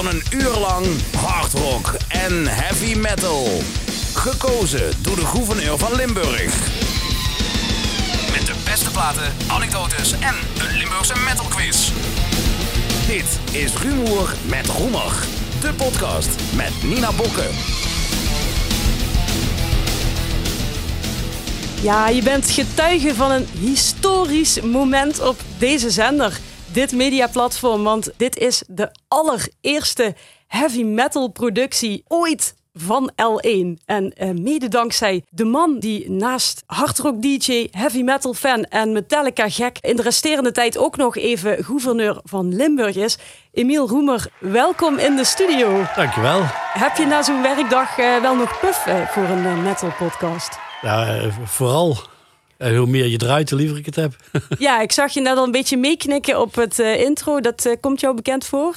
van een uur lang hard rock en heavy metal. Gekozen door de gouverneur van Limburg. Met de beste platen, anekdotes en een Limburgse metal quiz. Dit is Rumoer met Roemer. De podcast met Nina Bokke. Ja, je bent getuige van een historisch moment op deze zender. Dit mediaplatform, want dit is de allereerste heavy metal productie ooit van L1. En mede dankzij de man die naast hardrock DJ, heavy metal fan en Metallica gek in de resterende tijd ook nog even gouverneur van Limburg is. Emiel Roemer, welkom in de studio. Dankjewel. Heb je na zo'n werkdag wel nog puff voor een metal podcast? Ja, vooral. Hoe meer je draait, hoe liever ik het heb. Ja, ik zag je net al een beetje meeknikken op het intro. Dat komt jou bekend voor?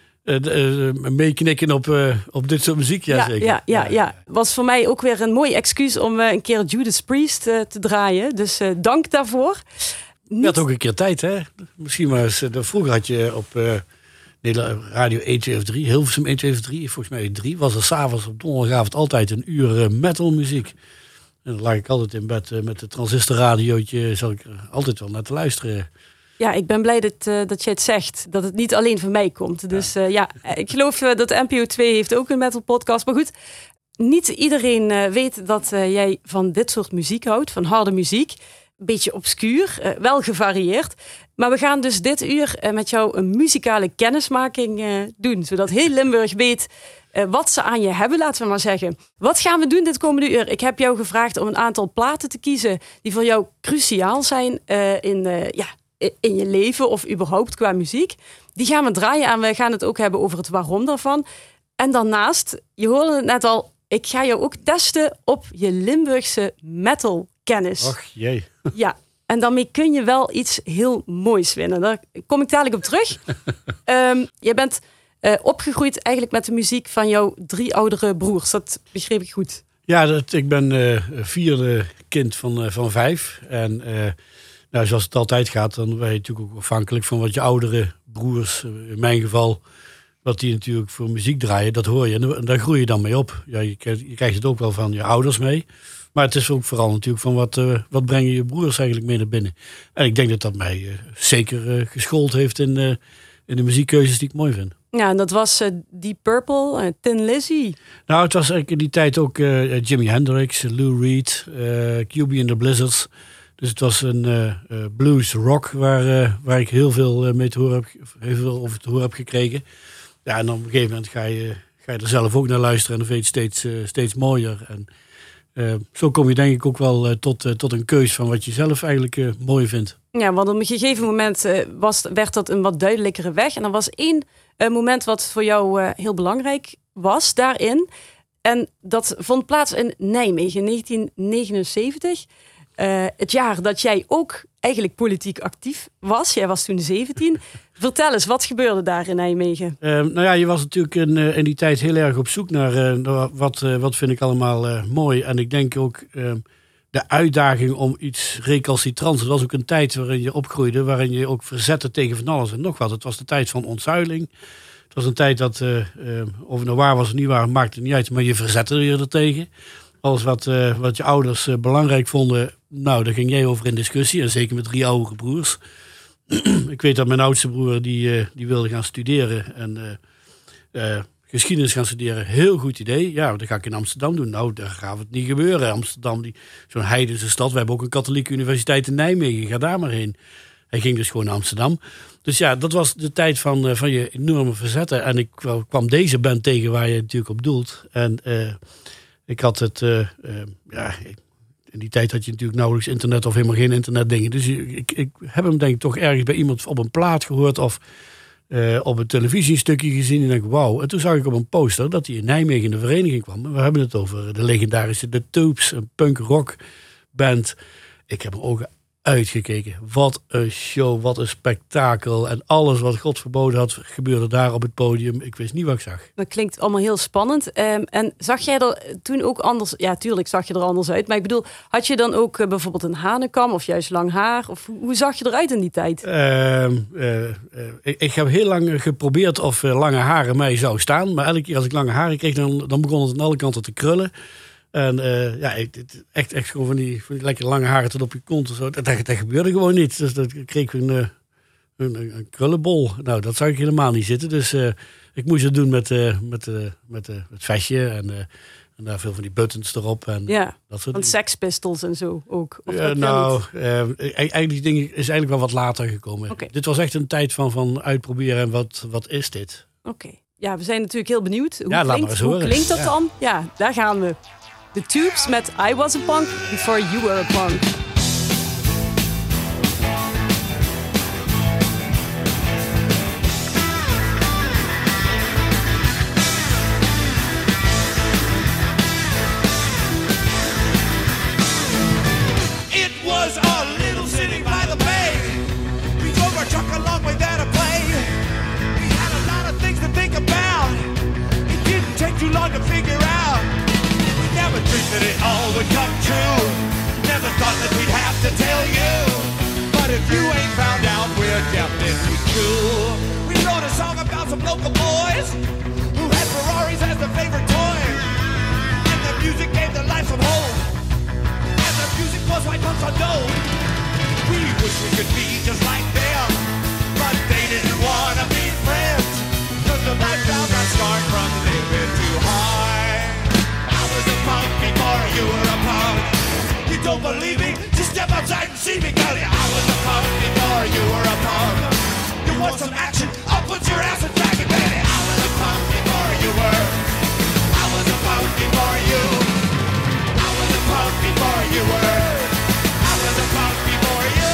Meeknikken op dit soort muziek, ja zeker. Ja. Was voor mij ook weer een mooi excuus om een keer Judas Priest te draaien. Dus dank daarvoor. Je had ook een keer tijd, hè? Misschien maar eens. Vroeger had je op Radio 1, 2 of 3, Hilversum 1, 2 of 3, volgens mij 3, was er s'avonds op donderdagavond altijd een uur metalmuziek. En dan lag ik altijd in bed met het transistorradiootje, zat ik er altijd wel naar te luisteren. Ja, ik ben blij dat je het zegt. Dat het niet alleen van mij komt. Dus ik geloof dat NPO 2 heeft ook een metal podcast. Maar goed, niet iedereen weet dat jij van dit soort muziek houdt. Van harde muziek. Een beetje obscuur, wel gevarieerd. Maar we gaan dus dit uur met jou een muzikale kennismaking doen. Zodat heel Limburg weet wat ze aan je hebben, laten we maar zeggen. Wat gaan we doen dit komende uur? Ik heb jou gevraagd om een aantal platen te kiezen die voor jou cruciaal zijn in je leven of überhaupt qua muziek. Die gaan we draaien en we gaan het ook hebben over het waarom daarvan. En daarnaast, je hoorde het net al, ik ga jou ook testen op je Limburgse metalkennis. Och jee. Ja, en daarmee kun je wel iets heel moois winnen. Daar kom ik dadelijk op terug. Je bent opgegroeid eigenlijk met de muziek van jouw 3 oudere broers. Dat begreep ik goed. Ja, ik ben vierde kind van 5. En zoals het altijd gaat, dan ben je natuurlijk ook afhankelijk van wat je oudere broers, in mijn geval, wat die natuurlijk voor muziek draaien, dat hoor je. En daar groei je dan mee op. Ja, je krijgt het ook wel van je ouders mee. Maar het is ook vooral natuurlijk van wat brengen je broers eigenlijk mee naar binnen. En ik denk dat mij zeker geschoold heeft in de muziekkeuzes die ik mooi vind. Ja, en dat was Deep Purple, Tin Lizzy. Nou, het was eigenlijk in die tijd ook Jimi Hendrix, Lou Reed, QB and the Blizzards. Dus het was een blues rock waar ik heel veel mee heel veel over te horen heb gekregen. Ja, en op een gegeven moment ga je er zelf ook naar luisteren en dan vind je het steeds mooier. En zo kom je denk ik ook wel tot een keus van wat je zelf eigenlijk mooi vindt. Ja, want op een gegeven moment werd dat een wat duidelijkere weg. En er was één moment wat voor jou heel belangrijk was daarin. En dat vond plaats in Nijmegen, 1979. Het jaar dat jij ook eigenlijk politiek actief was. Jij was toen 17. Vertel eens, wat gebeurde daar in Nijmegen? Je was natuurlijk in die tijd heel erg op zoek naar wat vind ik allemaal mooi. En ik denk ook de uitdaging om iets recalcitrants. Het was ook een tijd waarin je opgroeide, waarin je ook verzette tegen van alles en nog wat. Het was de tijd van ontzuiling. Het was een tijd dat, of het nou waar was of niet waar, maakte niet uit. Maar je verzette je er tegen. Alles wat je ouders belangrijk vonden, nou, daar ging jij over in discussie. En zeker met 3 oudere broers. Ik weet dat mijn oudste broer, die wilde gaan studeren. En geschiedenis gaan studeren, heel goed idee. Ja, dat ga ik in Amsterdam doen. Nou, daar gaat het niet gebeuren. Amsterdam, zo'n heidense stad. We hebben ook een katholieke universiteit in Nijmegen. Ga daar maar heen. Hij ging dus gewoon naar Amsterdam. Dus ja, dat was de tijd van je enorme verzetten. En ik kwam deze band tegen waar je natuurlijk op doelt. En ik had het... in die tijd had je natuurlijk nauwelijks internet of helemaal geen internetdingen. Dus ik heb hem denk ik toch ergens bij iemand op een plaat gehoord of op een televisiestukje gezien. En denk wauw. En toen zag ik op een poster dat hij in Nijmegen in de vereniging kwam. En we hebben het over de legendarische The Tubes, een punk rock band. Ik heb hem ook uitgekeken. Wat een show, wat een spektakel. En alles wat God verboden had, gebeurde daar op het podium. Ik wist niet wat ik zag. Dat klinkt allemaal heel spannend. En zag jij er toen ook anders... Ja, tuurlijk zag je er anders uit. Maar ik bedoel, had je dan ook bijvoorbeeld een hanenkam of juist lang haar? Of hoe zag je eruit in die tijd? Ik heb heel lang geprobeerd of lange haren mij zou staan. Maar elke keer als ik lange haren kreeg, dan begon het aan alle kanten te krullen. En echt gewoon van die lekker lange haren tot op je kont. Zo. Dat gebeurde gewoon niet. Dus dat kreeg ik een krullenbol. Nou, dat zou ik helemaal niet zitten. Dus ik moest het doen met het vestje en daar veel van die buttons erop. En ja, dat soort van Sex Pistols en zo ook. Of eigenlijk ding is eigenlijk wel wat later gekomen. Okay. Dit was echt een tijd van uitproberen en wat is dit? Oké. Ja, we zijn natuurlijk heel benieuwd. Hoe klinkt dat dan? Ja, daar gaan we. The Tubes met I Was a Punk Before You Were a Punk. It was a little city by the bay. We drove our truck a long way there to play. We had a lot of things to think about. It didn't take too long to figure out. Never dreamed that it all would come true. Never thought that we'd have to tell you. But if you ain't found out, we're definitely cool. We wrote a song about some local boys who had Ferraris as their favorite toys. And the music gave their life some hope. And the music was white punks on dope. We wish we could be just like them, but they didn't want to be friends. Cause the lifestyle got scarred from living too hard. I was a punk before you were a punk. You don't believe me? Just step outside and see me, girl. I was a punk before you were a punk. You want some action? I'll put your ass in back, baby. I was a punk before you were. I was a punk before you. I was a punk before you were. I was a punk before you.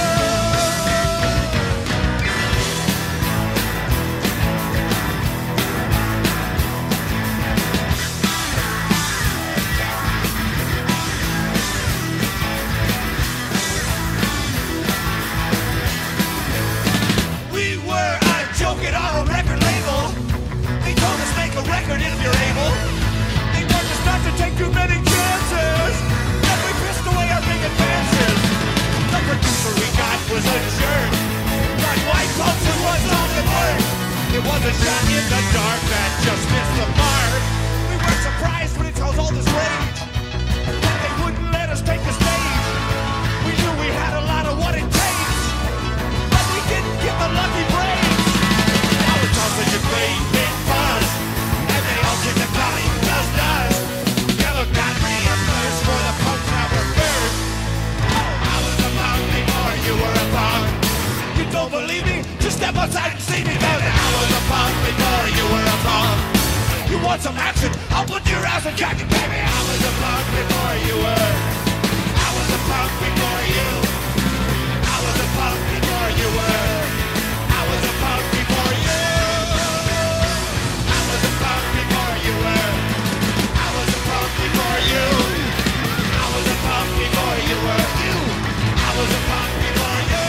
Record if you're able. They warned us not to take too many chances. Then we pissed away our big advances. The producer we got was a jerk. But White Culture was all it worked. It was a shot in the dark that just missed the mark. We weren't surprised when it caused all this rage. That they wouldn't let us take the stage. We knew we had a lot of what it takes, but we didn't get the lucky breaks. Now it's all such a great big buzz. The valley does. Never got me a first for the punks that were first. I was a punk before you were a punk. You don't believe me? Just step outside and see me, baby. I was a punk before you were a punk. You want some action? I'll put your ass in jacket, baby. I was a punk before you were. I was a punk before you. I was a punk before you were. I was a punk before you. I was a punk before you were. I was a punk before you. I was a punk before you were. I was a punk before you.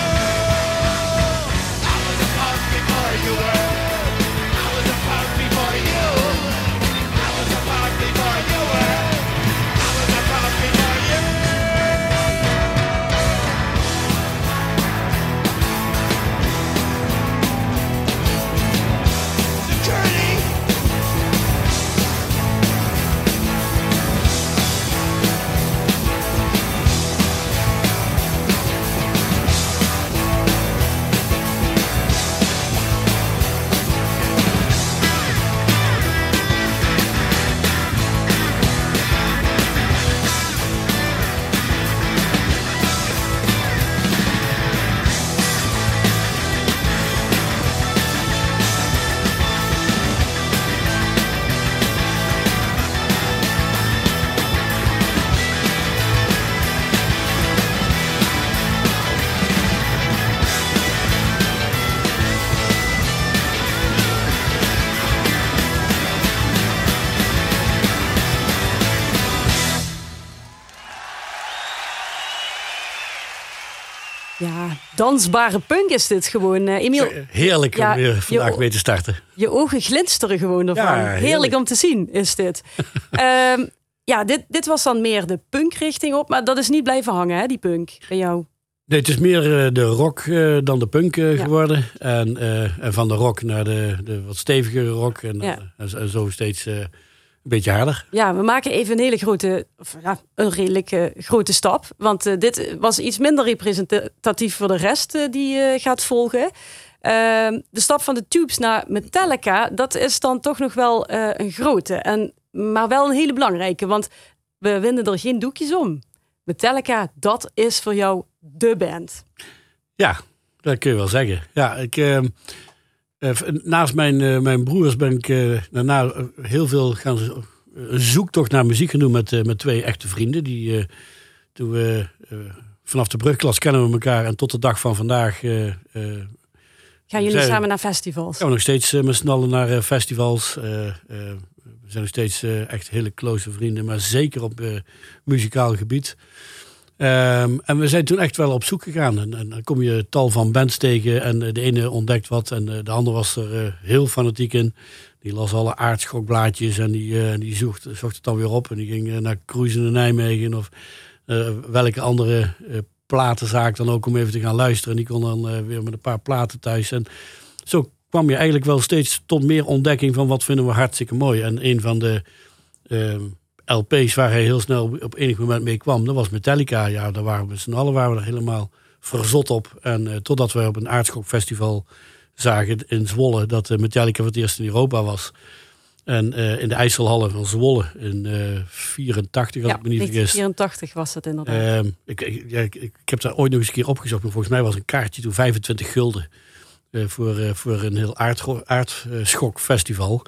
I was a punk before you were. I was a punk before you. I was a punk before you were. I was a punk before you. Ja, dansbare punk is dit gewoon. Emiel, Heerlijk om weer vandaag mee te starten. Je ogen glinsteren gewoon ervan. Ja, heerlijk om te zien is dit. Dit was dan meer de punkrichting op. Maar dat is niet blijven hangen, hè, die punk, bij jou? Nee, het is meer de rock dan de punk geworden. En van de rock naar de wat stevigere rock. En zo steeds een beetje harder. Ja, we maken even een redelijk grote stap. Want dit was iets minder representatief voor de rest die gaat volgen. De stap van de Tubes naar Metallica, dat is dan toch nog wel een grote. Maar wel een hele belangrijke, want we winden er geen doekjes om. Metallica, dat is voor jou de band. Ja, dat kun je wel zeggen. Ja, naast mijn broers ben ik daarna heel veel gaan zoektocht naar muziek gaan doen met twee echte vrienden. Die toen we vanaf de brugklas kennen we elkaar en tot de dag van vandaag gaan jullie samen naar festivals? Gaan we nog steeds met z'n allen naar festivals. We zijn nog steeds echt hele close vrienden, maar zeker op muzikaal gebied. En we zijn toen echt wel op zoek gegaan. En dan kom je tal van bands tegen en de ene ontdekt wat en de ander was er heel fanatiek in. Die las alle aardschokblaadjes en die zocht het dan weer op. En die ging naar Cruisen in Nijmegen of welke andere platenzaak dan ook om even te gaan luisteren. En die kon dan weer met een paar platen thuis. En zo kwam je eigenlijk wel steeds tot meer ontdekking van wat vinden we hartstikke mooi. En een van de LP's waar hij heel snel op enig moment mee kwam, dat was Metallica. Ja, daar waren we met z'n allen er helemaal verzot op. En totdat we op een aardschokfestival zagen in Zwolle dat Metallica voor het eerst in Europa was. En in de IJsselhallen van Zwolle in 84, als ik me niet vergis. 84 was het inderdaad. Ik heb daar ooit nog eens een keer opgezocht, maar volgens mij was een kaartje toen 25 gulden voor een heel aardschokfestival.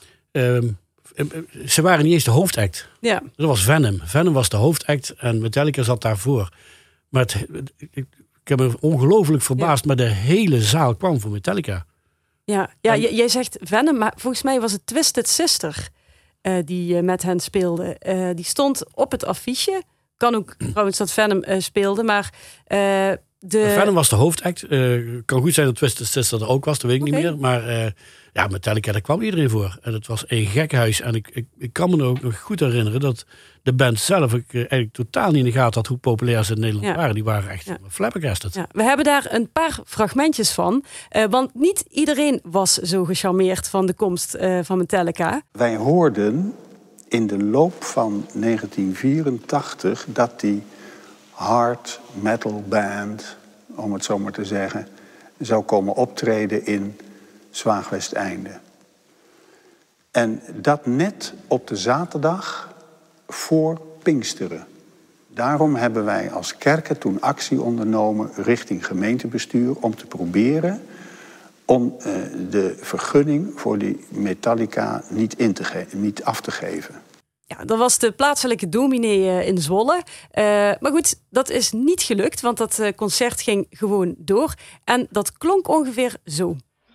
Ze waren niet eens de hoofdact. Ja. Dat was Venom. Venom was de hoofdact en Metallica zat daarvoor. Maar ik heb me ongelooflijk verbaasd, maar de hele zaal kwam voor Metallica. Ja, jij zegt Venom, maar volgens mij was het Twisted Sister die met hen speelde. Die stond op het affiche. Kan ook trouwens dat Venom speelde, maar Venom was de hoofdact. Kan goed zijn dat Twisted Sister er ook was, dat weet ik niet meer. Maar Metallica, daar kwam iedereen voor. En het was een gekhuis. En ik kan me ook nog goed herinneren dat de band zelf eigenlijk totaal niet in de gaten had hoe populair ze in Nederland waren. Die waren echt flabbergasted. Ja, we hebben daar een paar fragmentjes van. Want niet iedereen was zo gecharmeerd van de komst van Metallica. Wij hoorden in de loop van 1984 dat die hard metal band, om het zo maar te zeggen, zou komen optreden in Zwaagwesteinde. En dat net op de zaterdag voor Pinksteren. Daarom hebben wij als kerken toen actie ondernomen richting gemeentebestuur om te proberen om de vergunning voor die Metallica niet af te geven. Ja, dat was de plaatselijke dominee in Zwolle. Maar goed, dat is niet gelukt, want dat concert ging gewoon door. En dat klonk ongeveer zo.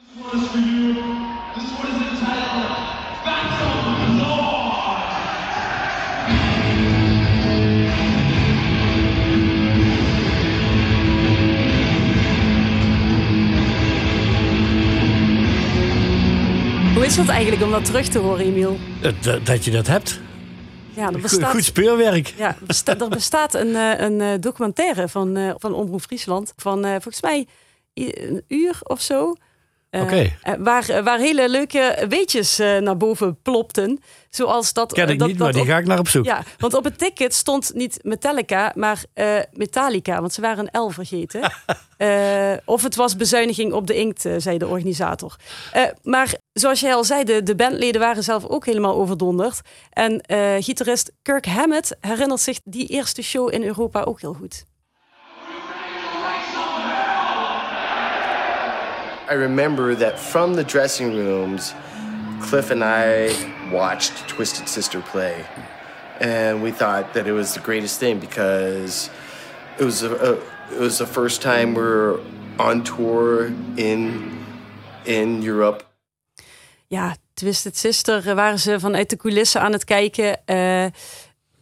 Hoe is dat eigenlijk om dat terug te horen, Emiel? Dat je dat hebt. Ja, goed speurwerk. Ja, er bestaat een documentaire van Omroep Friesland van volgens mij een uur of zo. Waar hele leuke weetjes naar boven plopten. Zoals dat. Ken ik niet, maar die ga ik naar op zoek. Ja, want op het ticket stond niet Metallica, maar Metallica. Want ze waren een L vergeten. Of het was bezuiniging op de inkt, zei de organisator. Maar zoals jij al zei, de bandleden waren zelf ook helemaal overdonderd. En gitarist Kirk Hammett herinnert zich die eerste show in Europa ook heel goed. I remember that from the dressing rooms, Cliff and I watched Twisted Sister play. And we thought that it was the greatest thing because it was the first time we were on tour in Europe. Ja, Twisted Sister waren ze vanuit de coulissen aan het kijken.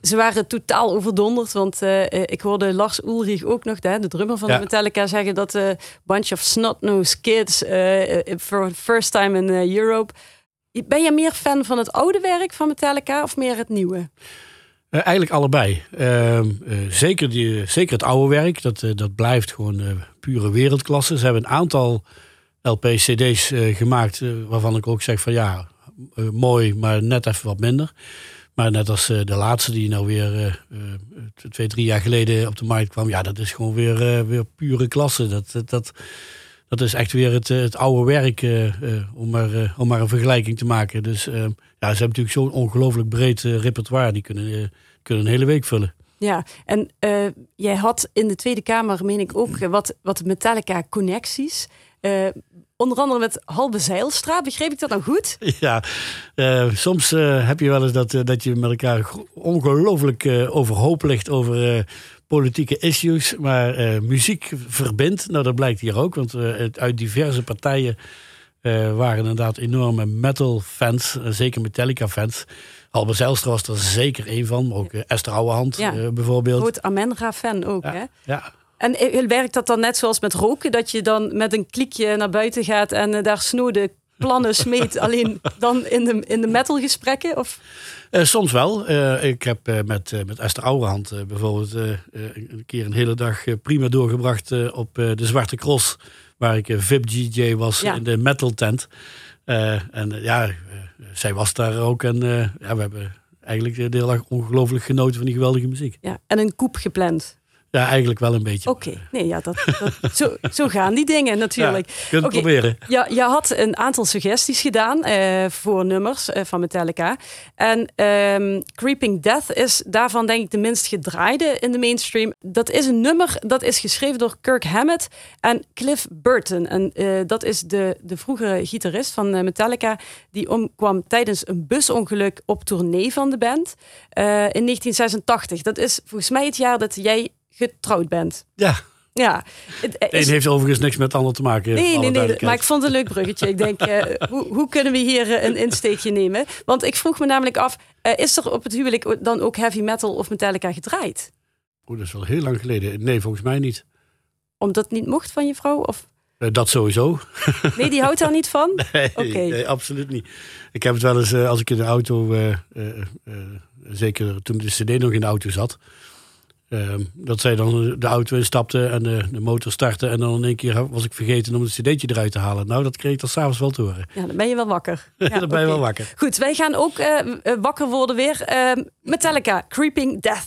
ze waren totaal overdonderd. Want ik hoorde Lars Ulrich ook nog, de drummer van Metallica, zeggen dat bunch of snot-nosed kids for the first time in Europe. Ben je meer fan van het oude werk van Metallica of meer het nieuwe? Eigenlijk allebei. Zeker het oude werk. Dat blijft gewoon pure wereldklasse. Ze hebben een aantal LP's, CD's gemaakt waarvan ik ook zeg van mooi, maar net even wat minder. Maar net als de laatste die nou weer 2-3 jaar geleden op de markt kwam. Ja, dat is gewoon weer pure klasse. Dat is echt weer het oude werk om maar een vergelijking te maken. Dus ze hebben natuurlijk zo'n ongelooflijk breed repertoire. Die kunnen een hele week vullen. Ja, en jij had in de Tweede Kamer, meen ik ook, wat Metallica-connecties. Onder andere met Halbe Zijlstra. Begreep ik dat nou goed? Ja, soms heb je wel eens dat je met elkaar ongelooflijk overhoop ligt over politieke issues. Maar muziek verbindt. Nou, dat blijkt hier ook. Want uit diverse partijen waren inderdaad enorme metal-fans. Zeker Metallica-fans. Halbe Zijlstra was er zeker één van. Maar ook Esther Ouwehand bijvoorbeeld. Groot Amenra-fan ook, hè? Ja. En werkt dat dan net zoals met roken? Dat je dan met een kliekje naar buiten gaat en daar snode plannen smeet, alleen dan in de metalgesprekken? Of? Soms wel. Ik heb met Esther Ouwehand bijvoorbeeld een keer een hele dag prima doorgebracht op de Zwarte Cross, waar ik VIP-DJ was in de metal tent. Zij was daar ook en we hebben eigenlijk de hele dag ongelooflijk genoten van die geweldige muziek. Ja, en een koep gepland. Ja, eigenlijk wel een beetje. Oké. Nee, zo gaan die dingen natuurlijk. Ja, kunt het proberen. Ja, je had een aantal suggesties gedaan voor nummers van Metallica. En Creeping Death is daarvan denk ik de minst gedraaide in de mainstream. Dat is een nummer dat is geschreven door Kirk Hammett en Cliff Burton. En dat is de vroegere gitarist van Metallica. Die omkwam tijdens een busongeluk op tournee van de band in 1986. Dat is volgens mij het jaar dat jij getrouwd bent. Ja. Het heeft overigens niks met het ander te maken. Nee, maar ik vond het een leuk bruggetje. Ik denk, hoe kunnen we hier een insteekje nemen? Want ik vroeg me namelijk af, is er op het huwelijk dan ook heavy metal of Metallica gedraaid? Dat is wel heel lang geleden. Nee, volgens mij niet. Omdat het niet mocht van je vrouw? Of? Dat sowieso. Nee, die houdt daar niet van? Nee, absoluut niet. Ik heb het wel eens, als ik in de auto, zeker toen de cd nog in de auto zat, dat zij dan de auto instapte en de motor startte en dan in één keer was ik vergeten om het cd'tje eruit te halen. Nou, dat kreeg ik dan s'avonds wel te horen. Ja, dan ben je wel wakker. Ja, dan ben je wel wakker. Goed, wij gaan ook wakker worden weer. Metallica, Creeping Death.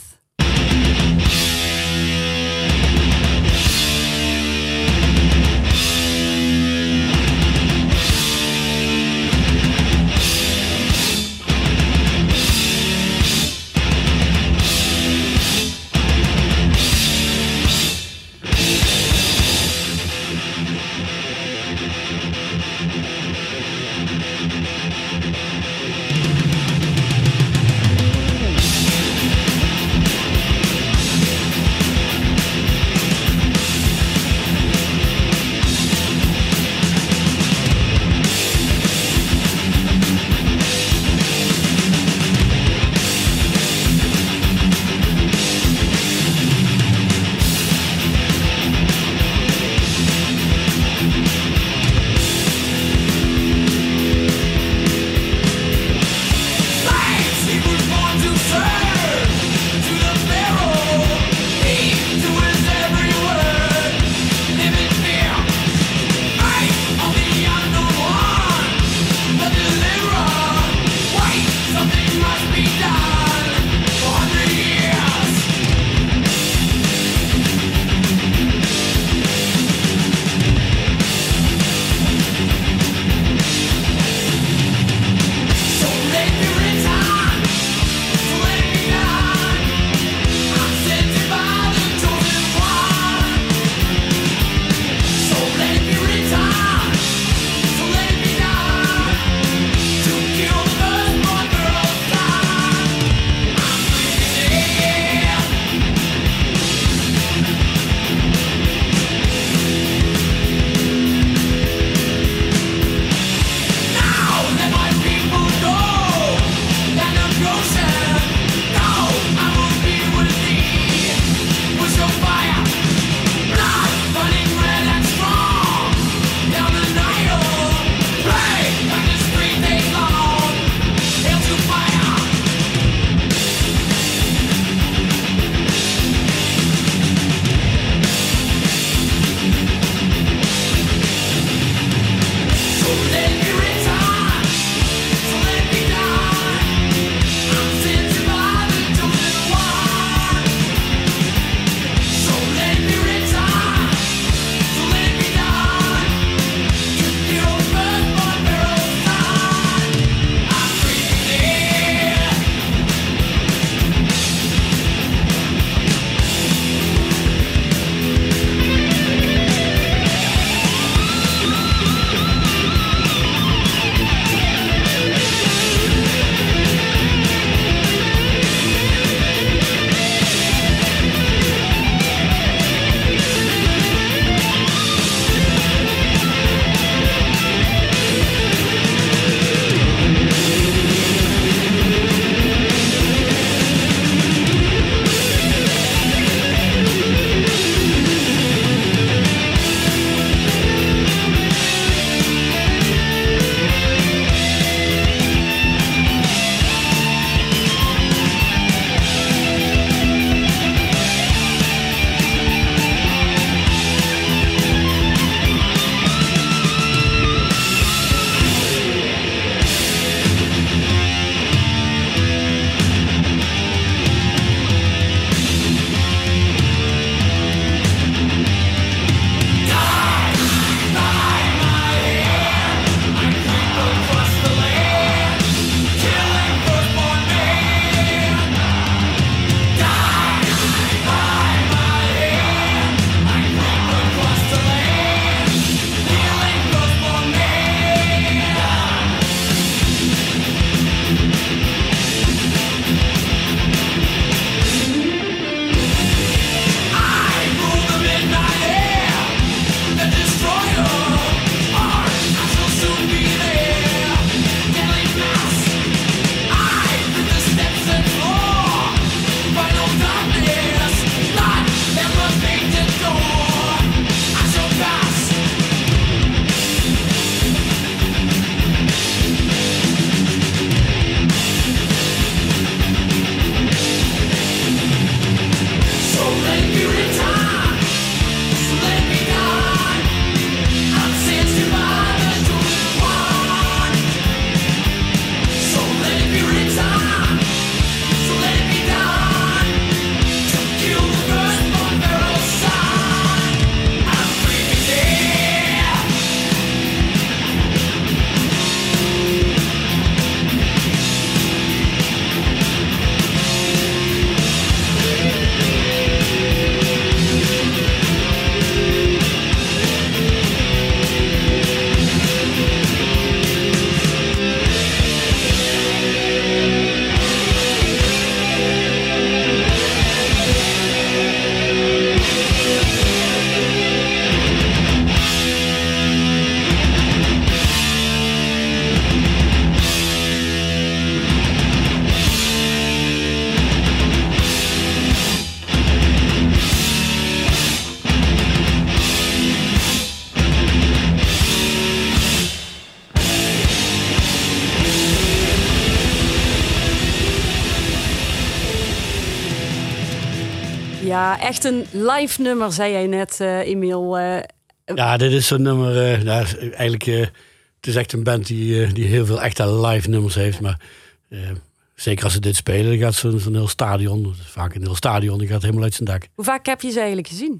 Ja, echt een live nummer, zei jij net, Emiel. Ja, dit is zo'n nummer. Eigenlijk, het is echt een band die heel veel echte live nummers heeft. Maar zeker als ze dit spelen, dan gaat zo'n heel stadion. Vaak een heel stadion, die gaat helemaal uit zijn dak. Hoe vaak heb je ze eigenlijk gezien?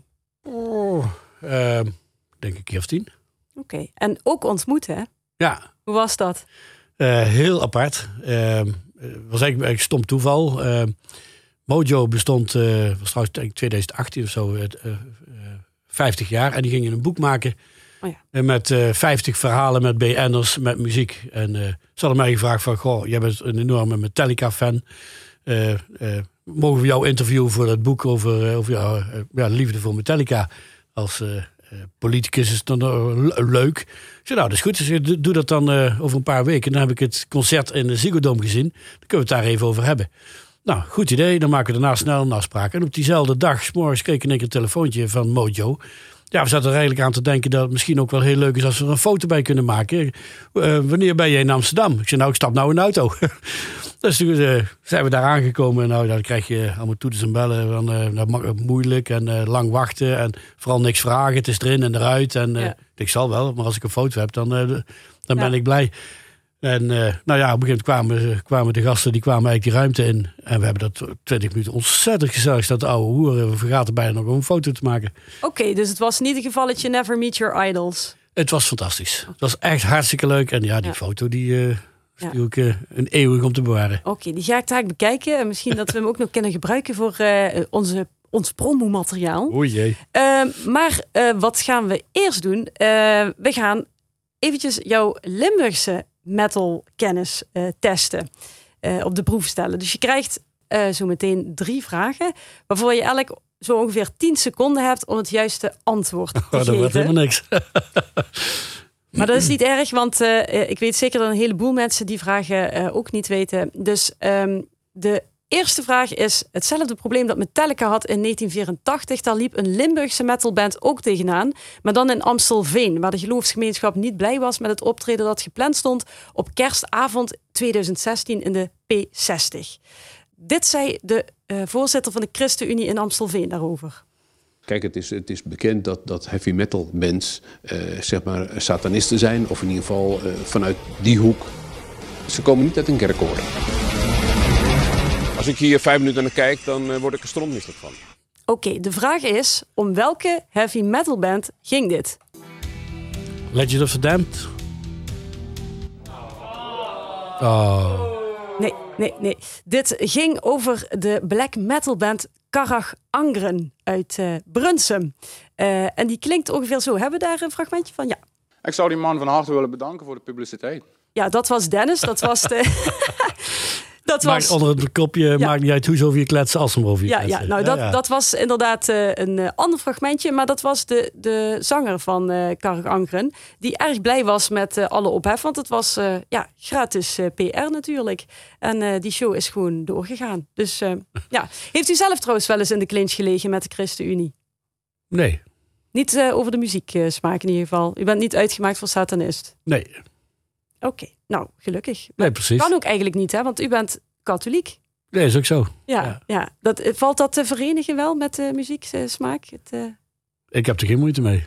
Denk een keer of 10. Oké, en ook ontmoet, hè? Ja. Hoe was dat? Heel apart. Was eigenlijk stom toeval. Mojo bestond, was trouwens denk ik 2018 of zo, 50 jaar. En die gingen een boek maken met 50 verhalen met BN'ers, met muziek. En ze hadden mij gevraagd van, goh, jij bent een enorme Metallica-fan. Mogen we jou interviewen voor dat boek over jouw liefde voor Metallica? Als politicus is het dan leuk. Ik zei, nou, dat is goed. Dus doe dat dan over een paar weken. Dan heb ik het concert in de Ziggo Dome gezien. Dan kunnen we het daar even over hebben. Nou, goed idee. Dan maken we daarna snel een afspraak. En op diezelfde dag, 's morgens, kreeg ik een telefoontje van Mojo. Ja, we zaten er eigenlijk aan te denken dat het misschien ook wel heel leuk is als we er een foto bij kunnen maken. Wanneer ben jij in Amsterdam? Ik zei, nou, ik stap nou in de auto. Dus toen zijn we daar aangekomen. Nou, dan krijg je allemaal toeters en bellen. Dat moeilijk en lang wachten. En vooral niks vragen. Het is erin en eruit. En ik zal wel, maar als ik een foto heb, dan ben ik blij. En op een gegeven moment kwamen de gasten, die kwamen eigenlijk die ruimte in. En we hebben dat 20 minuten ontzettend gezellig. Dat oude hoeren, we vergaten bijna nog om een foto te maken. Oké, dus het was niet een gevalletje never meet your idols. Het was fantastisch. Het was echt hartstikke leuk. En die foto, die is ook een eeuwig om te bewaren. Oké, die ga ik daar bekijken. En misschien dat we hem ook nog kunnen gebruiken voor ons promomateriaal. Oei jee. Maar wat gaan we eerst doen? We gaan eventjes jouw Limburgse metal kennis testen. Op de proef stellen. Dus je krijgt zo meteen 3 vragen. Waarvoor je elk zo ongeveer 10 seconden hebt om het juiste antwoord te geven. Dat wordt helemaal niks. Maar dat is niet erg, want ik weet zeker dat een heleboel mensen die vragen ook niet weten. Dus de eerste vraag is hetzelfde probleem dat Metallica had in 1984. Daar liep een Limburgse metalband ook tegenaan. Maar dan in Amstelveen, waar de geloofsgemeenschap niet blij was met het optreden dat gepland stond op kerstavond 2016 in de P60. Dit zei de voorzitter van de ChristenUnie in Amstelveen daarover. Kijk, het is bekend dat heavy metal bands zeg maar satanisten zijn. Of in ieder geval vanuit die hoek. Ze komen niet uit een kerkkoor. Als ik hier 5 minuten naar kijk, dan word ik er strontmisselijk van. Oké, de vraag is, om welke heavy metal band ging dit? Legend of the Damned? Oh. Nee. Dit ging over de black metal band Karach Angren uit Brunsum. En die klinkt ongeveer zo. Hebben we daar een fragmentje van? Ja. Ik zou die man van harte willen bedanken voor de publiciteit. Ja, dat was Dennis. Dat was de... Maakt onder het kopje, maakt niet uit hoezo je kletsen als hem over je kletsen. Dat was inderdaad een ander fragmentje. Maar dat was de zanger van Karach Angren. Die erg blij was met alle ophef. Want het was gratis PR natuurlijk. En die show is gewoon doorgegaan. Dus heeft u zelf trouwens wel eens in de clinch gelegen met de ChristenUnie? Nee. Niet over de muzieksmaak in ieder geval. U bent niet uitgemaakt voor satanist? Nee. Oké, nou gelukkig. Nee, precies. Kan ook eigenlijk niet, hè? Want u bent katholiek. Nee, is ook zo. Ja. Valt dat te verenigen wel met de muzieksmaak? Ik heb er geen moeite mee.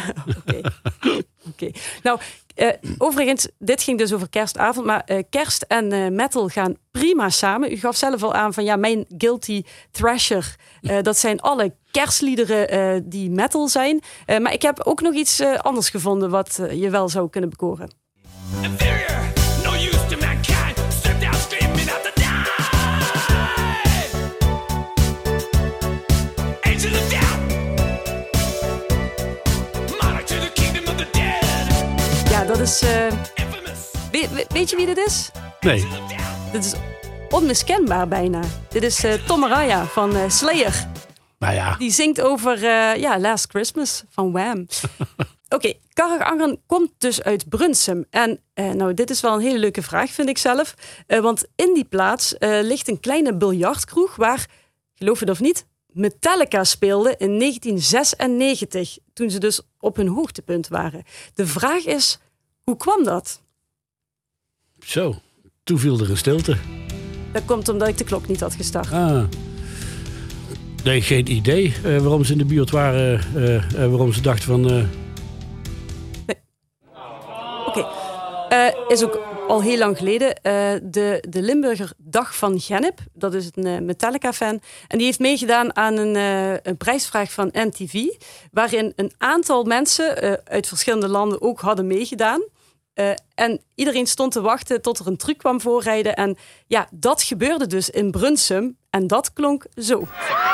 Oké. Nou, overigens, dit ging dus over kerstavond. Maar kerst en metal gaan prima samen. U gaf zelf al aan van mijn guilty thrasher. Dat zijn alle kerstliederen die metal zijn. Maar ik heb ook nog iets anders gevonden wat je wel zou kunnen bekoren. Inferior, no use to mankind. Strip down, screaming out the night. Angel of doubt. Monarch to the kingdom of the dead. Ja, dat is... weet je wie dit is? Nee. Dit is onmiskenbaar bijna. Dit is Tom Araya van Slayer. Nou ja. Die zingt over Last Christmas van Wham. Oké, Karach Angren komt dus uit Brunsum. En dit is wel een hele leuke vraag, vind ik zelf. Want in die plaats ligt een kleine biljartkroeg waar, geloof je het of niet, Metallica speelde in 1996. Toen ze dus op hun hoogtepunt waren. De vraag is, hoe kwam dat? Zo, toen viel er een stilte. Dat komt omdat ik de klok niet had gestart. Ah. Nee, geen idee waarom ze in de buurt waren. Waarom ze dachten van... Nee. Oké. Is ook al heel lang geleden. De Limburger Dag van Gennep. Dat is een Metallica-fan. En die heeft meegedaan aan een prijsvraag van MTV. Waarin een aantal mensen uit verschillende landen ook hadden meegedaan. En iedereen stond te wachten tot er een truck kwam voorrijden. En ja, dat gebeurde dus in Brunsum. En dat klonk zo.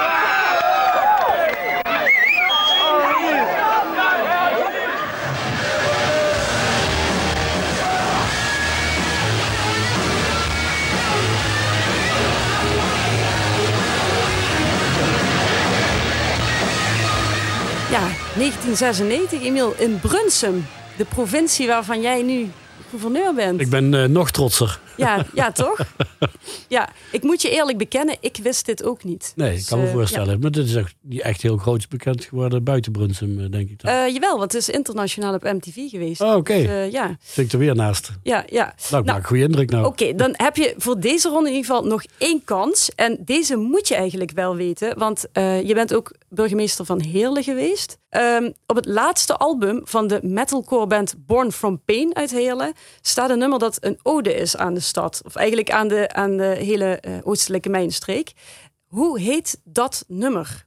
Ja, 1996, Emiel, in Brunsum. De provincie waarvan jij nu gouverneur bent. Ik ben nog trotser. Ja, toch? Ja, ik moet je eerlijk bekennen, ik wist dit ook niet. Nee, ik kan me voorstellen. Ja. Maar dit is niet echt heel groot bekend geworden buiten Brunsum, denk ik dan. Jawel, want het is internationaal op MTV geweest. Oh, oké. Dus, ja. Zit ik er weer naast. Ja. Nou, ik maak een goede indruk nou. Oké, dan heb je voor deze ronde in ieder geval nog 1 kans. En deze moet je eigenlijk wel weten. Want je bent ook burgemeester van Heerlen geweest. Op het laatste album van de metalcore band Born From Pain uit Heerlen staat een nummer dat een ode is aan de stad. Of eigenlijk aan de hele oostelijke mijnstreek. Hoe heet dat nummer?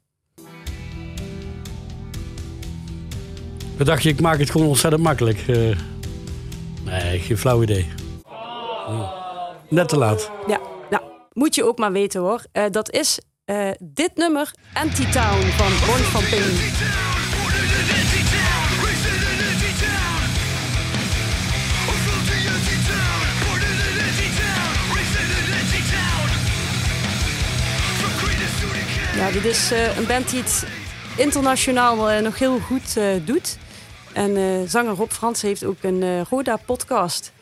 Dan dacht je, ik maak het gewoon ontzettend makkelijk. Nee, geen flauw idee. Net te laat. Ja, nou, moet je ook maar weten hoor. Dat is dit nummer, Anti-Town van Born From Pain. Ja, dit is een band die het internationaal nog heel goed doet. En zanger Rob Frans heeft ook een Roda-podcast.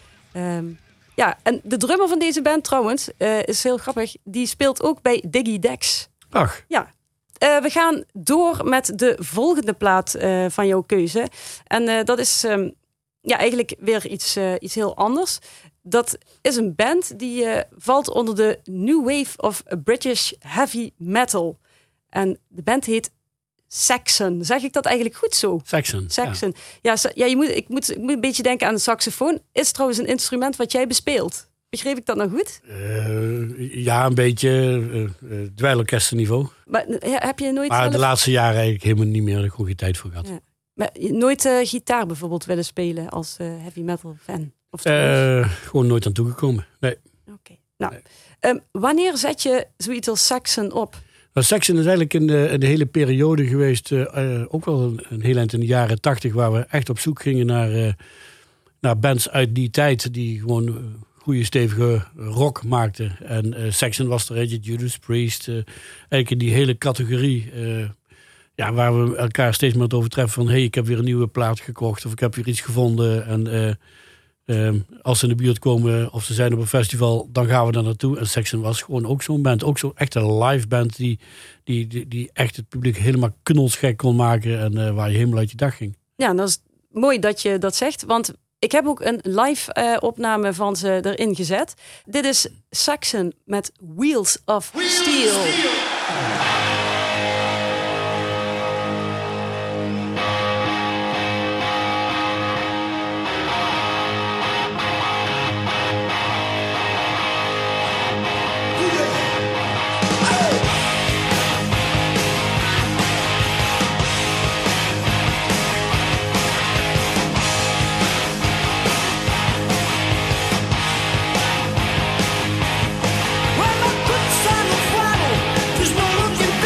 Ja, en de drummer van deze band trouwens, is heel grappig, die speelt ook bij Diggy Dex. Ach. Ja. We gaan door met de volgende plaat van jouw keuze. En dat is eigenlijk weer iets heel anders. Dat is een band die valt onder de New Wave of British Heavy Metal. En de band heet Saxon. Zeg ik dat eigenlijk goed zo? Saxon. Ja, ik moet een beetje denken aan de saxofoon. Is trouwens een instrument wat jij bespeelt. Begreep ik dat nou goed? Ja, een beetje dweilorkestenniveau. Maar heb je nooit... Maar de laatste jaren eigenlijk helemaal niet meer. Daar heb ik gewoon geen tijd voor gehad. Ja. Maar nooit gitaar bijvoorbeeld willen spelen als heavy metal fan? Of gewoon nooit aan toegekomen. Nee. Oké. Nou, wanneer zet je zoiets als Saxon op? Nou, Saxon is eigenlijk in de hele periode geweest, ook wel een heel eind in de jaren 80, waar we echt op zoek gingen naar bands uit die tijd die gewoon goede stevige rock maakten. En Saxon was er eentje, Judas Priest, eigenlijk in die hele categorie, waar we elkaar steeds meer het overtreffen van hey, ik heb weer een nieuwe plaat gekocht of ik heb weer iets gevonden en als ze in de buurt komen of ze zijn op een festival, dan gaan we daar naartoe. En Saxon was gewoon ook zo'n band. Ook zo'n echte live band die echt het publiek helemaal knolsgek kon maken. En waar je helemaal uit je dag ging. Ja, dat is mooi dat je dat zegt. Want ik heb ook een live opname van ze erin gezet. Dit is Saxon met Wheels of Steel. Well, I put some throttle, there's no looking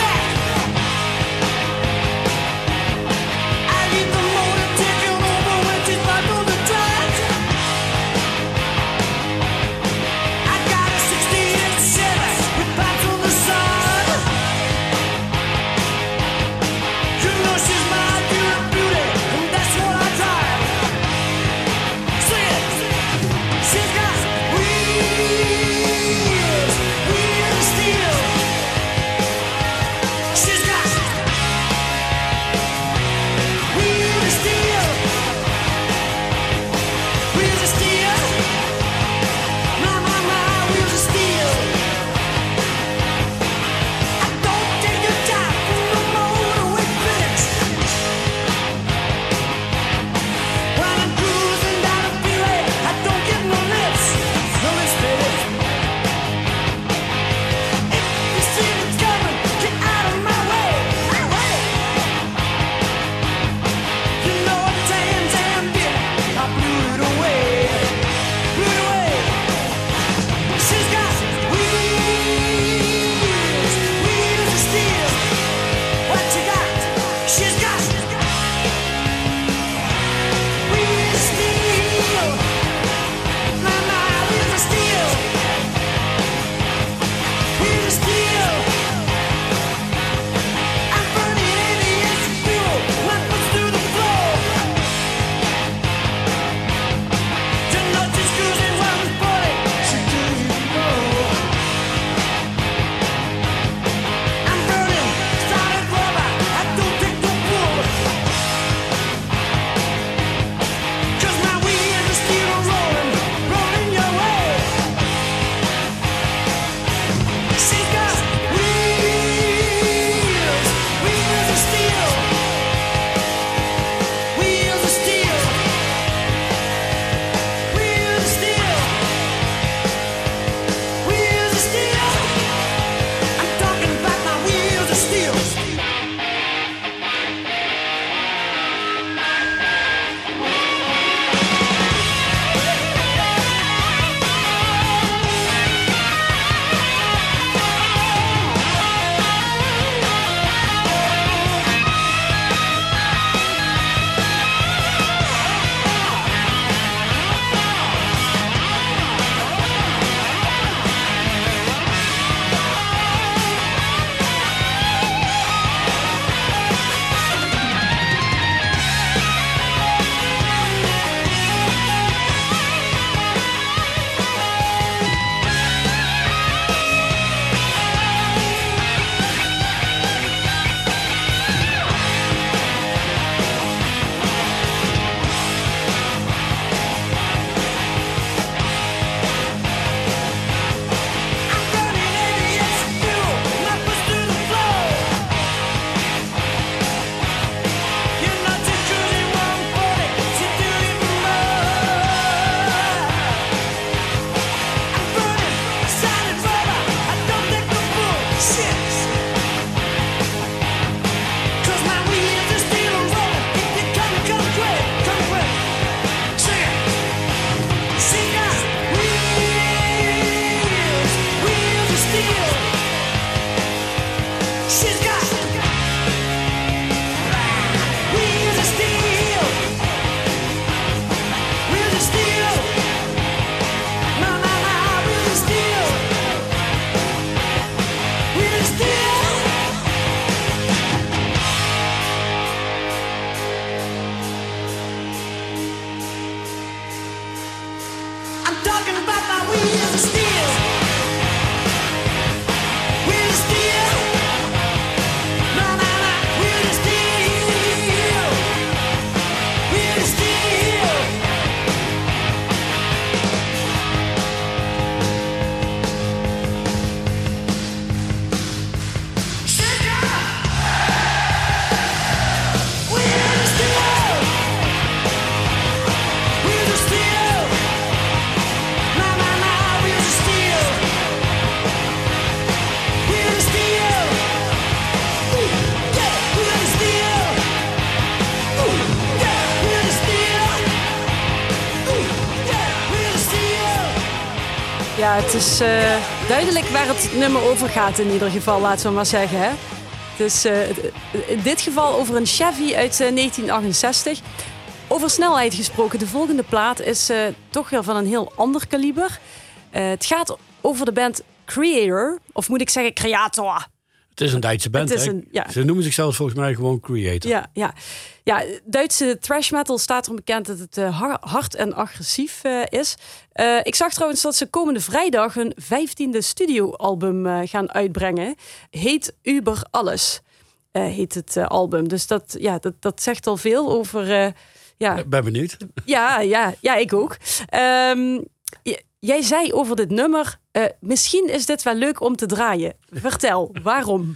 Ja, het is duidelijk waar het nummer over gaat in ieder geval, laten we maar zeggen. Hè? Dus in dit geval over een Chevy uit 1968. Over snelheid gesproken, de volgende plaat is toch weer van een heel ander kaliber. Het gaat over de band Creator, of moet ik zeggen Creator. Het is een Duitse band, Ze noemen zichzelf volgens mij gewoon Creator. Ja, Duitse thrash metal staat erom bekend dat het hard en agressief is. Ik zag trouwens dat ze komende vrijdag hun 15e studioalbum gaan uitbrengen. Heet Über Alles, heet het album. Dus dat zegt al veel over... Ik ben benieuwd. Ja, ik ook. Jij zei over dit nummer, misschien is dit wel leuk om te draaien. Vertel, waarom?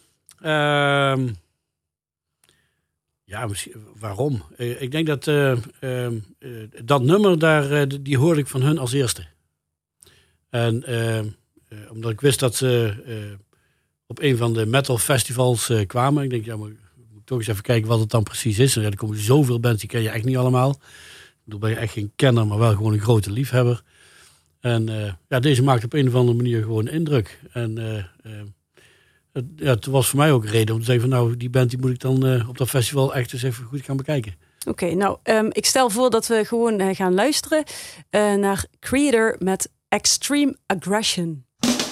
Waarom? Ik denk dat dat nummer, die hoorde ik van hun als eerste. En omdat ik wist dat ze op een van de metal festivals kwamen. Ik denk, maar ik moet toch eens even kijken wat het dan precies is. En er komen zoveel bands, die ken je echt niet allemaal. Ik ben je echt geen kenner, maar wel gewoon een grote liefhebber. En deze maakt op een of andere manier gewoon indruk. En Het was voor mij ook een reden om te zeggen van die band die moet ik dan op dat festival echt eens even goed gaan bekijken. Oké, ik stel voor dat we gewoon gaan luisteren naar Creator met Extreme Aggression.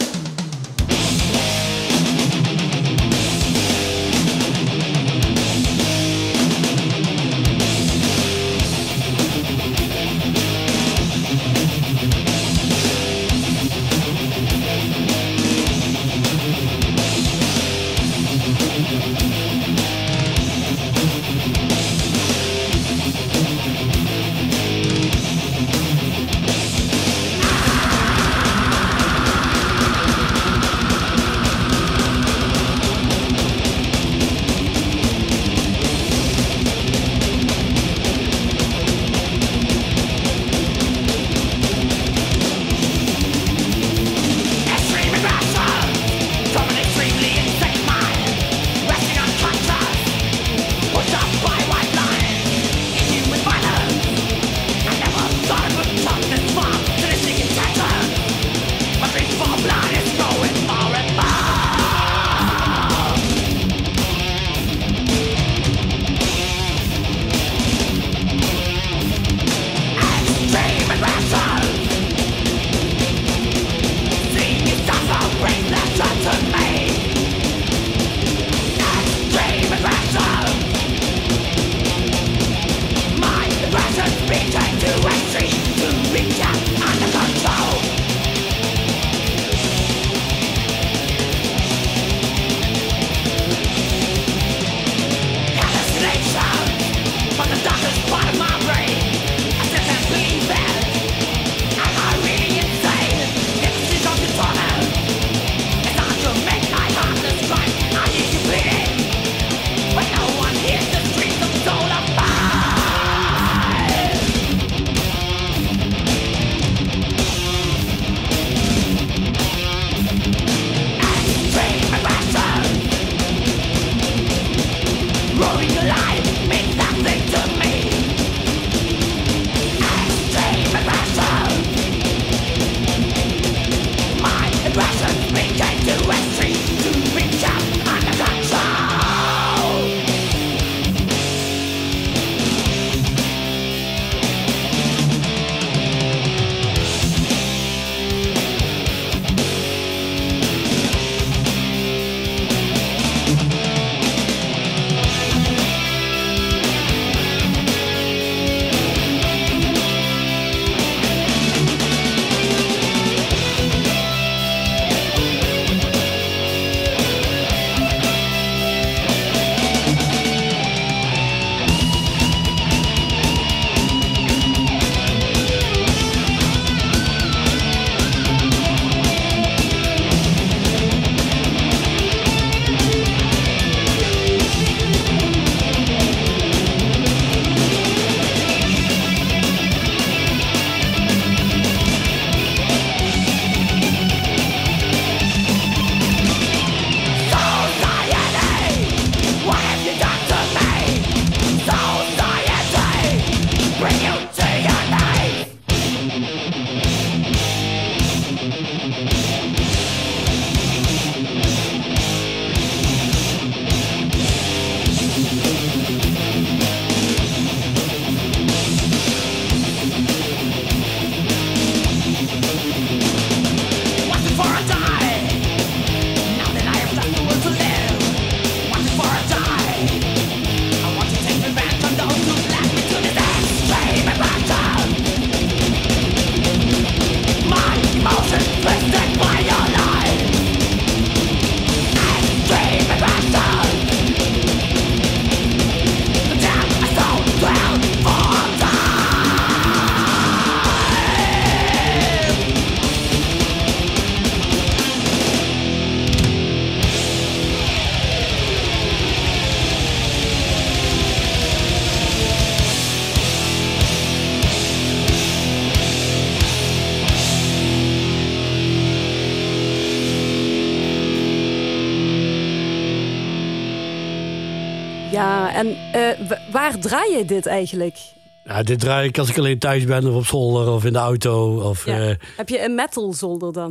Ja, en waar draai je dit eigenlijk? Ja, dit draai ik als ik alleen thuis ben of op zolder of in de auto. Of, Heb je een metal zolder dan?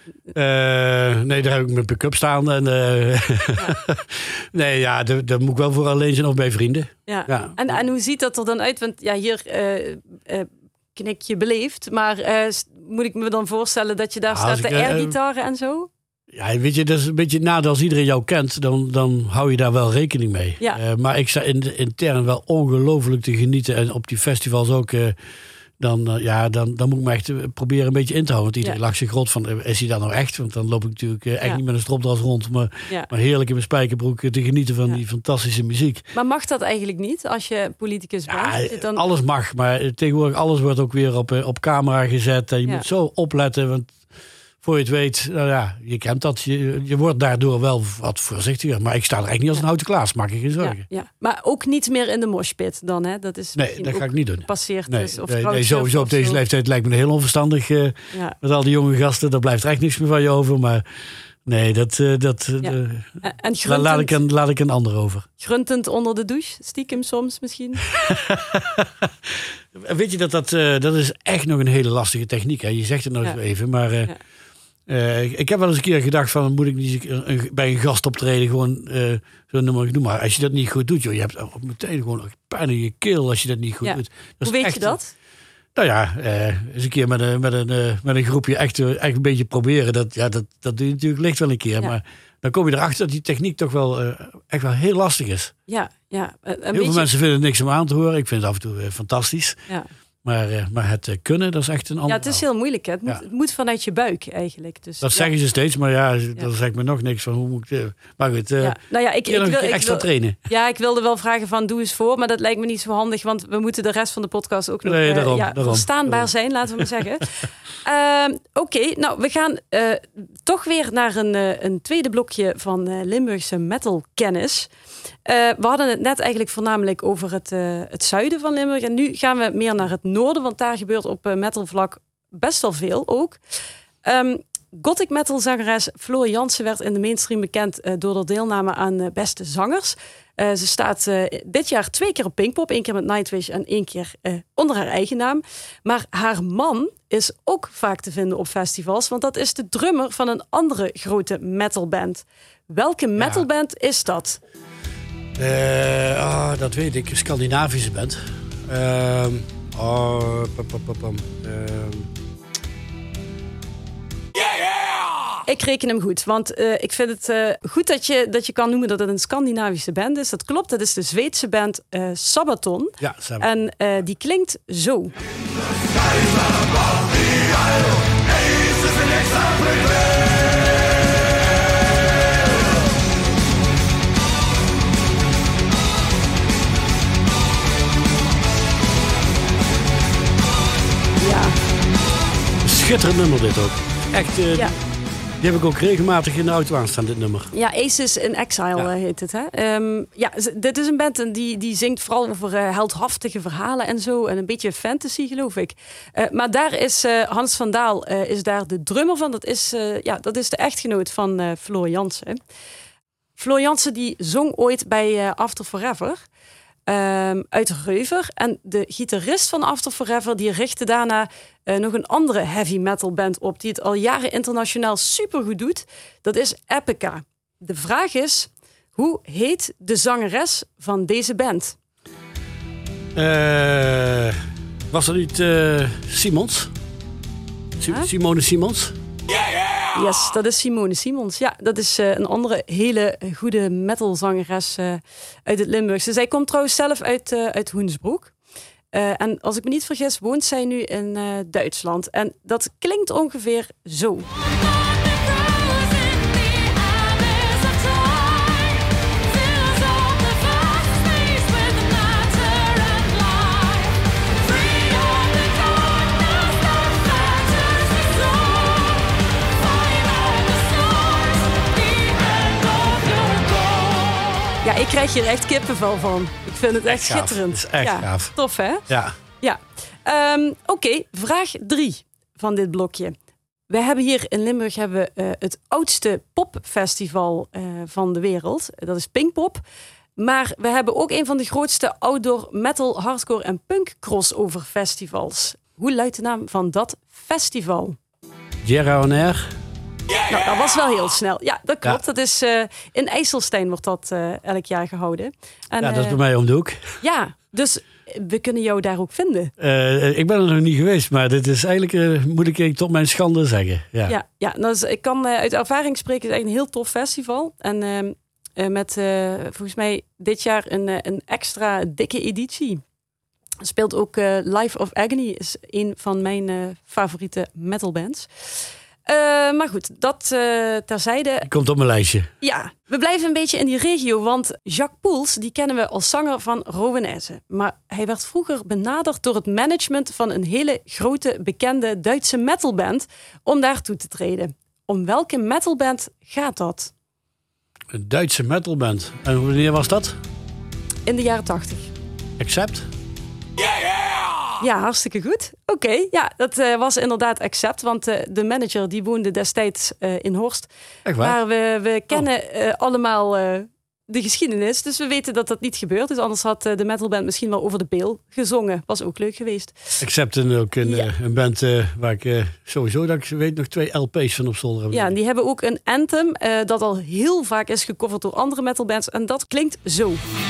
Nee, daar heb ik mijn pick-up staan. En, Nee, ja, daar moet ik wel voor alleen zijn of bij vrienden. Ja. Ja. En hoe ziet dat er dan uit? Want ja, hier knik je beleefd. Maar moet ik me dan voorstellen dat je daar staat de airgitaren en zo? Ja, weet je, dat is een beetje het nadeel als iedereen jou kent. Dan hou je daar wel rekening mee. Ja. Maar ik sta intern wel ongelooflijk te genieten. En op die festivals ook... Dan moet ik me echt proberen een beetje in te houden. Want iedereen lacht zich rot van, is hij dat nou echt? Want dan loop ik natuurlijk echt niet met een stropdas rond. Maar heerlijk in mijn spijkerbroek te genieten van die fantastische muziek. Maar mag dat eigenlijk niet als je politicus bent? Ja, alles mag. Maar tegenwoordig alles wordt ook weer op camera gezet. En je moet zo opletten, want... Voor je het weet, nou ja, je kent dat. Je wordt daardoor wel wat voorzichtiger. Maar ik sta er echt niet als een houten Klaas, maak je geen zorgen. Ja. Maar ook niet meer in de moshpit dan, hè? Dat is nee, dat ga ik niet doen. Gepasseerd is. Of nee, sowieso op deze leeftijd lijkt me heel onverstandig. Met al die jonge gasten, daar blijft er echt niks meer van je over. Maar nee, laat ik een ander over. Gruntend onder de douche, stiekem soms misschien. Weet je, dat is echt nog een hele lastige techniek. Hè? Je zegt het nog even, maar... ik heb wel eens een keer gedacht van... moet ik niet bij een gast optreden gewoon noem maar. Als je dat niet goed doet, joh, je hebt meteen gewoon pijn in je keel als je dat niet goed doet. Hoe weet je dat? Nou ja, eens een keer met een groepje echt een beetje proberen. Dat doe je natuurlijk licht wel een keer. Ja. Maar dan kom je erachter dat die techniek toch wel echt wel heel lastig is. Ja. Heel veel mensen vinden het niks om aan te horen. Ik vind het af en toe fantastisch. Ja. Maar het kunnen, dat is echt een ander. Ja, het is heel moeilijk. Hè? Het moet vanuit je buik eigenlijk. Dus, dat zeggen ze steeds, maar dan zeg ik me nog niks van hoe moet ik... Maar goed, ik wil extra trainen. Ja, ik wilde wel vragen van doe eens voor, maar dat lijkt me niet zo handig, want we moeten de rest van de podcast ook nog verstaanbaar zijn, laten we maar zeggen. Oké, nou, we gaan toch weer naar een tweede blokje van Limburgse metalkennis. We hadden het net eigenlijk voornamelijk over het zuiden van Limburg. En nu gaan we meer naar het noorden, want daar gebeurt op metalvlak best wel veel ook. Gothic metal zangeres Floor Jansen werd in de mainstream bekend door haar deelname aan Beste Zangers. Ze staat dit jaar 2 keer op Pinkpop, 1 keer met Nightwish en 1 keer onder haar eigen naam. Maar haar man is ook vaak te vinden op festivals, want dat is de drummer van een andere grote metalband. Welke metalband is dat? Dat weet ik. Een Scandinavische band. Ik reken hem goed, want ik vind het goed dat je kan noemen dat het een Scandinavische band is. Dat klopt, dat is de Zweedse band Sabaton. Ja, Sabaton. En die klinkt zo. Schitterend nummer dit ook. Echt, die heb ik ook regelmatig in de auto aanstaan, dit nummer. Ja, Aces in Exile heet het. Hè? Dit is een band die zingt vooral over heldhaftige verhalen en zo. En een beetje fantasy, geloof ik. Maar daar is Hans van Daal is daar de drummer van. Dat is de echtgenoot van Floor Jansen. Floor Jansen die zong ooit bij After Forever. Uit Reuver. En de gitarist van After Forever die richtte daarna nog een andere heavy metal band op die het al jaren internationaal supergoed doet. Dat is Epica. De vraag is, hoe heet de zangeres van deze band? Was dat niet Simons? Simone Simons? Yes, dat is Simone Simons. Ja, dat is een andere hele goede metalzangeres uit het Limburgse. Zij komt trouwens zelf uit Hoensbroek. En als ik me niet vergis, woont zij nu in Duitsland. En dat klinkt ongeveer zo. Ja, ik krijg hier echt kippenvel van. Ik vind het echt schitterend. Het is echt gaaf. Tof, hè? Ja. Oké, vraag 3 van dit blokje. We hebben hier in Limburg het oudste popfestival van de wereld. Dat is Pinkpop. Maar we hebben ook een van de grootste outdoor metal, hardcore en punk crossover festivals. Hoe luidt de naam van dat festival? Jera On Air. Nou, dat was wel heel snel. Ja, dat klopt. Ja. Dat is, in IJsselstein wordt dat elk jaar gehouden. En, dat is bij mij om de hoek. Ja, dus we kunnen jou daar ook vinden. Ik ben er nog niet geweest, maar dit is eigenlijk, moet ik tot mijn schande zeggen. Ja, dus ik kan uit ervaring spreken, het is eigenlijk een heel tof festival. En met volgens mij dit jaar een extra dikke editie. Speelt ook Life of Agony, is een van mijn favoriete metalbands. Maar goed, dat terzijde. Komt op mijn lijstje. Ja, we blijven een beetje in die regio, want Jacques Poels, die kennen we als zanger van Roweneise. Maar hij werd vroeger benaderd door het management van een hele grote, bekende Duitse metalband om daartoe te treden. Om welke metalband gaat dat? Een Duitse metalband. En wanneer was dat? In de jaren 80. Accept? Ja, hartstikke goed. Oké, ja, dat was inderdaad Accept. Want de manager die woonde destijds in Horst. Echt waar? Maar we kennen allemaal de geschiedenis. Dus we weten dat dat niet gebeurd is. Anders had de metalband misschien wel over de peel gezongen. Was ook leuk geweest. Accept en ook een band waar ik sowieso, dat ik weet, nog 2 LP's van op zolder heb. Ja, en die hebben ook een anthem dat al heel vaak is gecoverd door andere metalbands. En dat klinkt zo.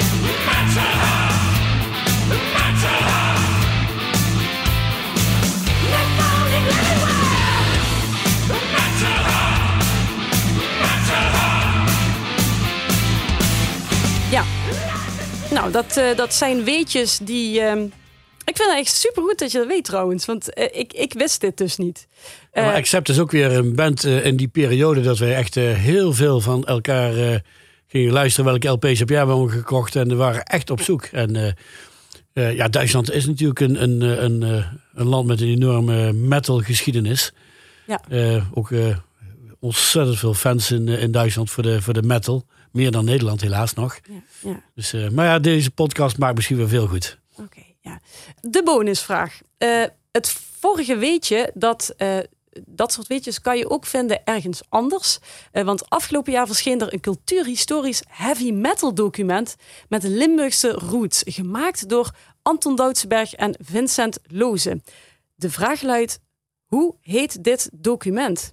Ja, nou dat zijn weetjes die... Ik vind het echt supergoed dat je dat weet trouwens, want ik wist dit dus niet. Maar Accept is ook weer een band in die periode dat wij echt heel veel van elkaar gingen luisteren. Welke LP's heb jij wel gekocht? En we waren echt op zoek. En Duitsland is natuurlijk een land met een enorme metal geschiedenis. Ja. Ook ontzettend veel fans in Duitsland voor de metal. Meer dan Nederland helaas nog. Ja. Dus, maar ja, deze podcast maakt misschien wel veel goed. Oké, ja. De bonusvraag. Het vorige weetje, dat soort weetjes kan je ook vinden ergens anders. Want afgelopen jaar verscheen er een cultuurhistorisch heavy metal document met Limburgse roots. Gemaakt door Anton Doutsenberg en Vincent Loze. De vraag luidt, hoe heet dit document?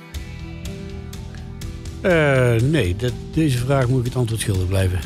Nee, deze vraag moet ik het antwoord schuldig blijven.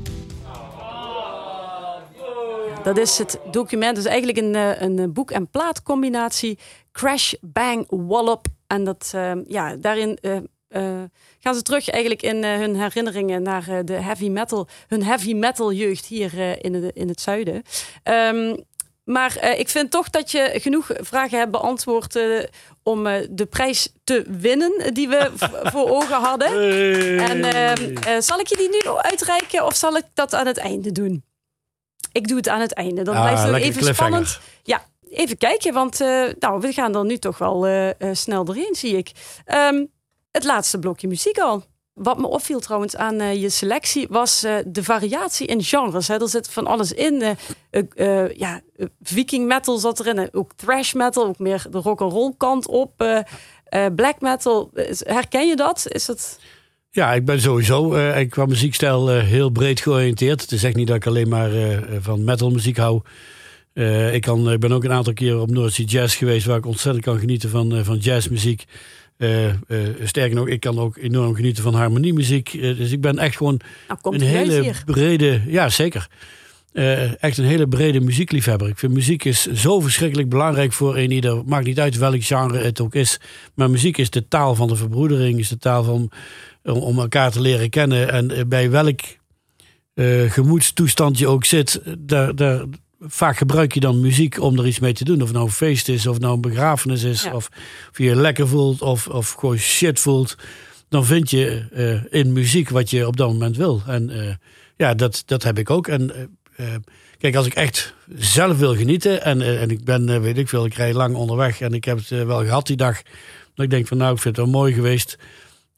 Dat is het document. Dat is eigenlijk een boek- en plaatcombinatie. Crash, Bang, Wallop. En dat, daarin gaan ze terug eigenlijk in hun herinneringen naar de heavy metal. Hun heavy metal jeugd hier in het zuiden. Maar ik vind toch dat je genoeg vragen hebt beantwoord om de prijs te winnen die we voor ogen hadden. Hey. En zal ik je die nu uitreiken of zal ik dat aan het einde doen? Ik doe het aan het einde. Dan blijft het even spannend. Ja, even kijken, want we gaan er nu toch wel snel doorheen, zie ik. Het laatste blokje muziek al. Wat me opviel trouwens aan je selectie was de variatie in genres. Hè. Er zit van alles in. Viking metal zat erin. Ook thrash metal, ook meer de rock'n'roll kant op. Black metal, herken je dat? Is dat... Ja, ik ben sowieso qua muziekstijl heel breed georiënteerd. Het is echt niet dat ik alleen maar van metal muziek hou. Ik ben ook een aantal keer op North Sea Jazz geweest, waar ik ontzettend kan genieten van jazzmuziek. Sterker nog, ik kan ook enorm genieten van harmoniemuziek. Dus ik ben echt gewoon een hele brede... Ja, zeker. Echt een hele brede muziekliefhebber. Ik vind muziek is zo verschrikkelijk belangrijk voor een ieder. Maakt niet uit welk genre het ook is. Maar muziek is de taal van de verbroedering. Is de taal om elkaar te leren kennen. En bij welk gemoedstoestand je ook zit... Vaak gebruik je dan muziek om er iets mee te doen. Of het nou een feest is, of het nou een begrafenis is... Ja. Of je je lekker voelt, of gewoon shit voelt. Dan vind je in muziek wat je op dat moment wil. En dat heb ik ook. En kijk, als ik echt zelf wil genieten... en ik ben, ik rij lang onderweg... en ik heb het wel gehad die dag... dat ik denk van ik vind het wel mooi geweest...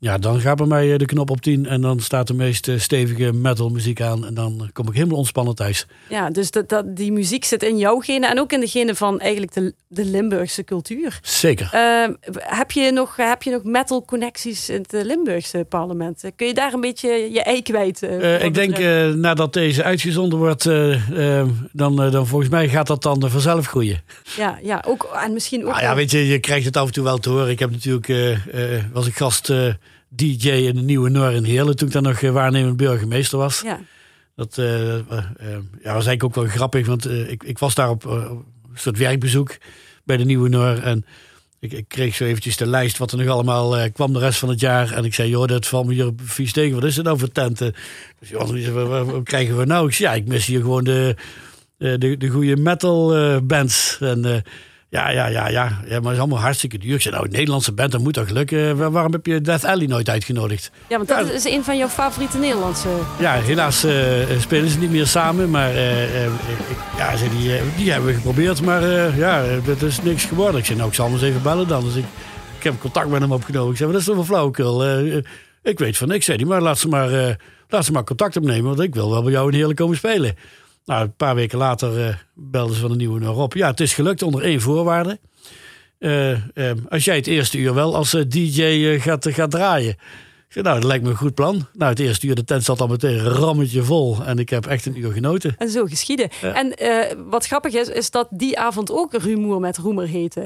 Ja, dan gaat bij mij de knop op 10 en dan staat de meest stevige metal muziek aan. En dan kom ik helemaal ontspannen thuis. Ja, dus die muziek zit in jouw genen en ook in de genen van eigenlijk de Limburgse cultuur. Zeker. Heb je nog metal connecties in het Limburgse parlement? Kun je daar een beetje je ei kwijt? Ik denk nadat deze uitgezonden wordt, dan volgens mij gaat dat dan vanzelf groeien. Ja, ook en misschien ook. Ja, weet je krijgt het af en toe wel te horen. Ik heb natuurlijk, was ik gast DJ in de Nieuwe Noor in Heerlen toen ik dan nog waarnemend burgemeester was. Ja. Dat was eigenlijk ook wel grappig, want ik was daar op een soort werkbezoek bij de Nieuwe Noor en ik kreeg zo eventjes de lijst wat er nog allemaal kwam de rest van het jaar. En ik zei, joh, dat valt me hier vies tegen. Wat is het nou voor tenten? Dus wat krijgen we nou? Ik zei, ja, ik mis hier gewoon de goede metal bands. En ja, maar het is allemaal hartstikke duur. Ik zei, nou, een Nederlandse band, dat moet toch lukken? Waarom heb je Death Alley nooit uitgenodigd? Ja, want dat is een van jouw favoriete Nederlandse... Ja, helaas spelen ze niet meer samen. Maar die hebben we geprobeerd. Maar dat is niks geworden. Ik zei, nou, ik zal hem eens even bellen dan. Dus ik heb contact met hem opgenomen. Ik zei, wat is dat voor flauwekul? Ik weet van niks, zei hij. Maar laat ze maar contact opnemen. Want ik wil wel bij jou in Heerlen komen spelen. Nou, een paar weken later belden ze van de Nieuwe Noor op. Ja, het is gelukt onder 1 voorwaarde. Als jij het eerste uur wel als DJ gaat draaien. Ik zei, nou, dat lijkt me een goed plan. Nou, het eerste uur, de tent zat al meteen rammetje vol. En ik heb echt een uur genoten. En zo geschieden. Ja. En wat grappig is dat die avond ook Rumoer met Roemer heette.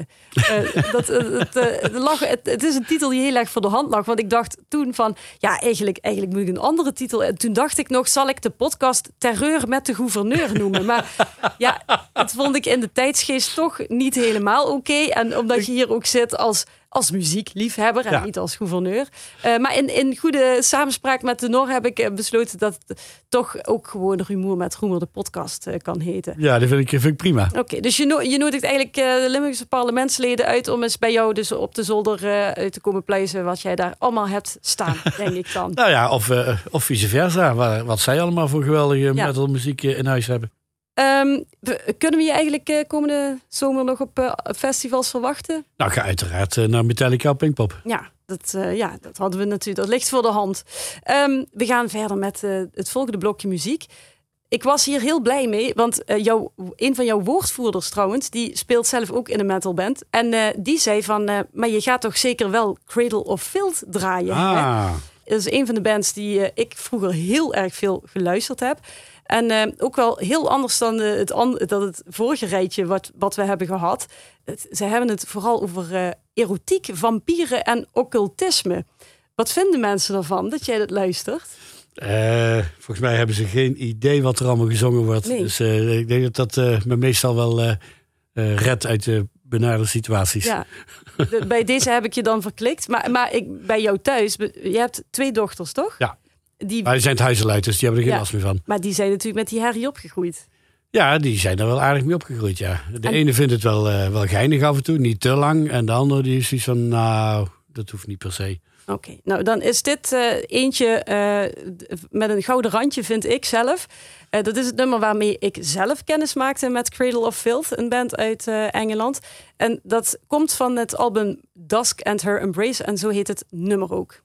Het is een titel die heel erg voor de hand lag. Want ik dacht toen van, ja, eigenlijk moet ik een andere titel. En toen dacht ik nog, zal ik de podcast Terreur met de Gouverneur noemen? Maar ja, dat vond ik in de tijdsgeest toch niet helemaal oké. En omdat je hier ook zit als muziekliefhebber en niet als gouverneur. Maar in goede samenspraak met de NOR heb ik besloten dat het toch ook gewoon Rumoer met Roemer de podcast kan heten. Ja, dat vind ik prima. Oké, dus je nodigt eigenlijk de Limburgse parlementsleden uit om eens bij jou dus op de zolder uit te komen pluizen wat jij daar allemaal hebt staan, denk ik dan. Nou ja, of vice versa. Wat zij allemaal voor geweldige metalmuziek in huis hebben. Kunnen we je eigenlijk komende zomer nog op festivals verwachten? Nou, ga uiteraard naar Metallica op Pinkpop. Ja, dat hadden we natuurlijk. Dat ligt voor de hand. We gaan verder met het volgende blokje muziek. Ik was hier heel blij mee, want een van jouw woordvoerders trouwens, die speelt zelf ook in een metalband. En die zei van, maar je gaat toch zeker wel Cradle of Filth draaien? Hè? Dat is een van de bands die ik vroeger heel erg veel geluisterd heb. En ook wel heel anders dan het vorige rijtje wat we hebben gehad. Ze hebben het vooral over erotiek, vampieren en occultisme. Wat vinden mensen ervan dat jij dat luistert? Volgens mij hebben ze geen idee wat er allemaal gezongen wordt. Nee. Dus ik denk dat me meestal wel redt uit de benarde situaties. Ja. Bij deze heb ik je dan verklikt. Maar bij jou thuis, je hebt 2 dochters, toch? Ja. Maar die zijn het huizenluiters, die hebben er geen last meer van. Maar die zijn natuurlijk met die herrie opgegroeid. Ja, die zijn er wel aardig mee opgegroeid, ja. De ene vindt het wel geinig af en toe, niet te lang. En de andere die is zoiets van, nou, dat hoeft niet per se. Oké, nou dan is dit eentje met een gouden randje, vind ik zelf. Dat is het nummer waarmee ik zelf kennis maakte met Cradle of Filth, een band uit Engeland. En dat komt van het album Dusk and Her Embrace en zo heet het nummer ook.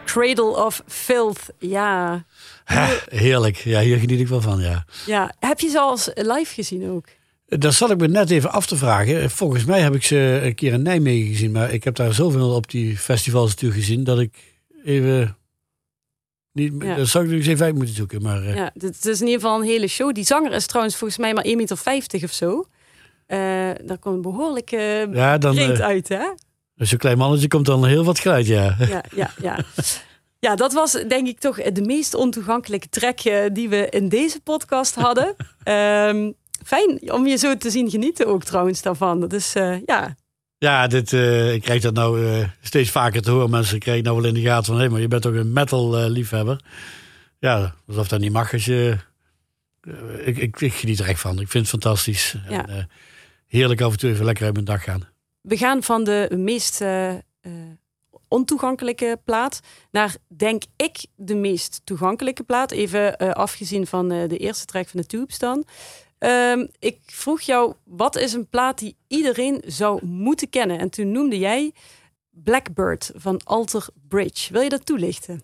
Cradle of Filth. Ja. Heerlijk. Ja, hier geniet ik wel van, ja. Ja. Heb je ze als live gezien ook? Dat zat ik me net even af te vragen. Volgens mij heb ik ze een keer in Nijmegen gezien. Maar ik heb daar zoveel op die festivals natuurlijk gezien... dat ik even... niet. Ja. Dat zou ik nu eens even uit moeten zoeken. Maar, Ja, het is in ieder geval een hele show. Die zanger is trouwens volgens mij maar 1,50 meter of zo. Daar komt een behoorlijke breed uit, hè? Zo'n klein mannetje komt dan heel wat geluid, ja. Ja. Ja, dat was denk ik toch de meest ontoegankelijke track die we in deze podcast hadden. Fijn om je zo te zien genieten ook trouwens daarvan. Dat is, ja... Ja, ik krijg dat nou steeds vaker te horen. Mensen krijgen nou wel in de gaten van... hé, maar je bent toch een metal-liefhebber? Ja, alsof dat niet mag als je... Ik geniet er echt van. Ik vind het fantastisch. Ja. En, heerlijk af en toe even lekker uit mijn dag gaan. We gaan van de meest ontoegankelijke plaat naar, denk ik, de meest toegankelijke plaat. Even afgezien van de eerste track van de Tubes dan. Ik vroeg jou, wat is een plaat die iedereen zou moeten kennen? En toen noemde jij Blackbird van Alter Bridge. Wil je dat toelichten?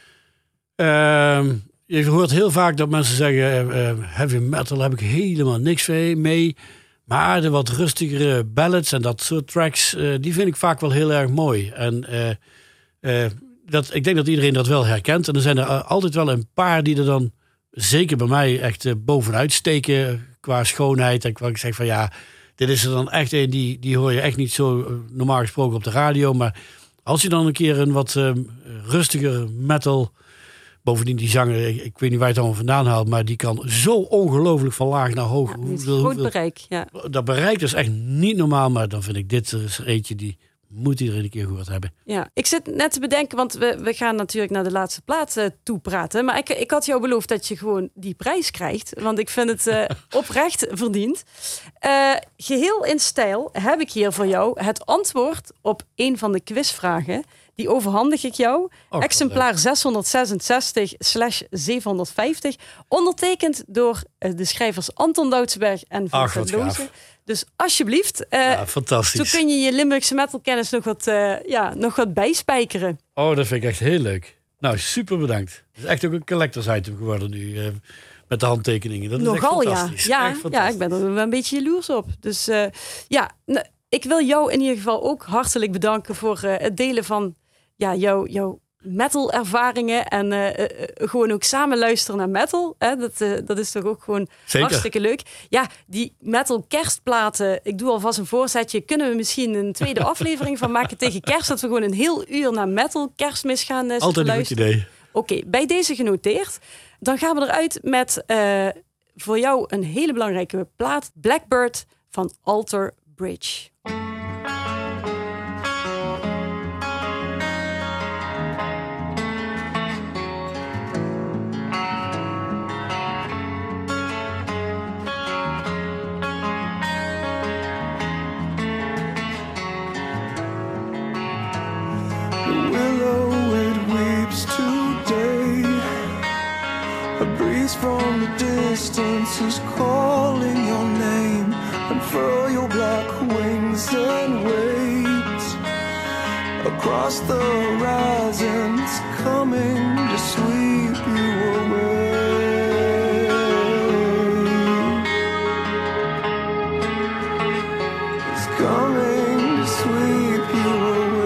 Je hoort heel vaak dat mensen zeggen... heavy metal heb ik helemaal niks mee. Maar de wat rustigere ballads en dat soort tracks... die vind ik vaak wel heel erg mooi. En ik denk dat iedereen dat wel herkent. En er zijn er altijd wel een paar die er dan... zeker bij mij echt bovenuit steken... qua schoonheid. En ik zeg van ja... dit is er dan echt een die hoor je echt niet zo normaal gesproken op de radio. Maar als je dan een keer een wat rustiger metal... Bovendien die zanger, ik weet niet waar je het allemaal vandaan haalt... maar die kan zo ongelooflijk van laag naar hoog. Ja, groot bereik, ja. Dat bereik is echt niet normaal... maar dan vind ik dit er eentje die moet iedereen een keer gehoord hebben. Ja, ik zit net te bedenken... want we gaan natuurlijk naar de laatste plaat toe praten... maar ik had jou beloofd dat je gewoon die prijs krijgt... want ik vind het oprecht verdiend. Geheel in stijl heb ik hier voor jou... het antwoord op een van de quizvragen... Die overhandig ik jou. Exemplaar 666/750. Ondertekend door de schrijvers Anton Doudsberg en Vincent Loze. Dus alsjeblieft. Fantastisch. Zo kun je je Limburgse metalkennis nog wat bijspijkeren. Oh, dat vind ik echt heel leuk. Nou, super bedankt. Het is echt ook een collectors item geworden nu. Met de handtekeningen. Dat is nogal, echt fantastisch. Ja, ik ben er wel een beetje jaloers op. Dus ik wil jou in ieder geval ook hartelijk bedanken... voor het delen van jouw metal ervaringen en gewoon ook samen luisteren naar metal. Hè? Dat is toch ook gewoon hartstikke leuk. Ja, die metal kerstplaten, ik doe alvast een voorzetje. Kunnen we misschien een tweede aflevering van maken tegen kerst? Dat we gewoon een heel uur naar metal kerstmis gaan zitten altijd een luisteren. goed idee. Oké, bij deze genoteerd. Dan gaan we eruit met voor jou een hele belangrijke plaat. Blackbird van Alter Bridge. From the distance is calling your name. Unfurl your black wings and wait. Across the horizon, it's coming to sweep you away. It's coming to sweep you away.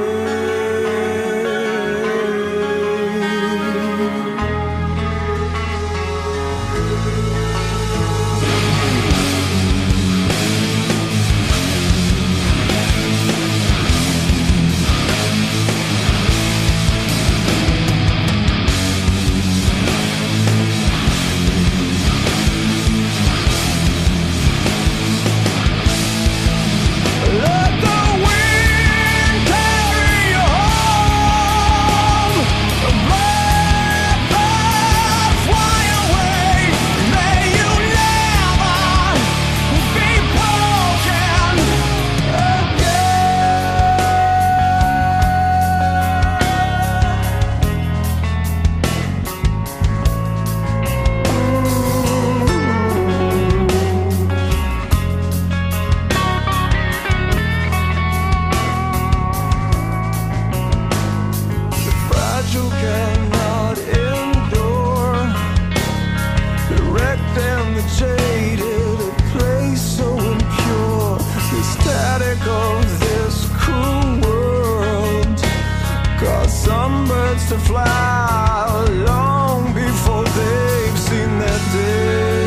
who cannot endure. Erect and the jaded, a place so impure. The static of this cruel world caused some birds to fly long before they've seen their day.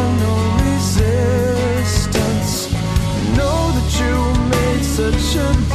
Such a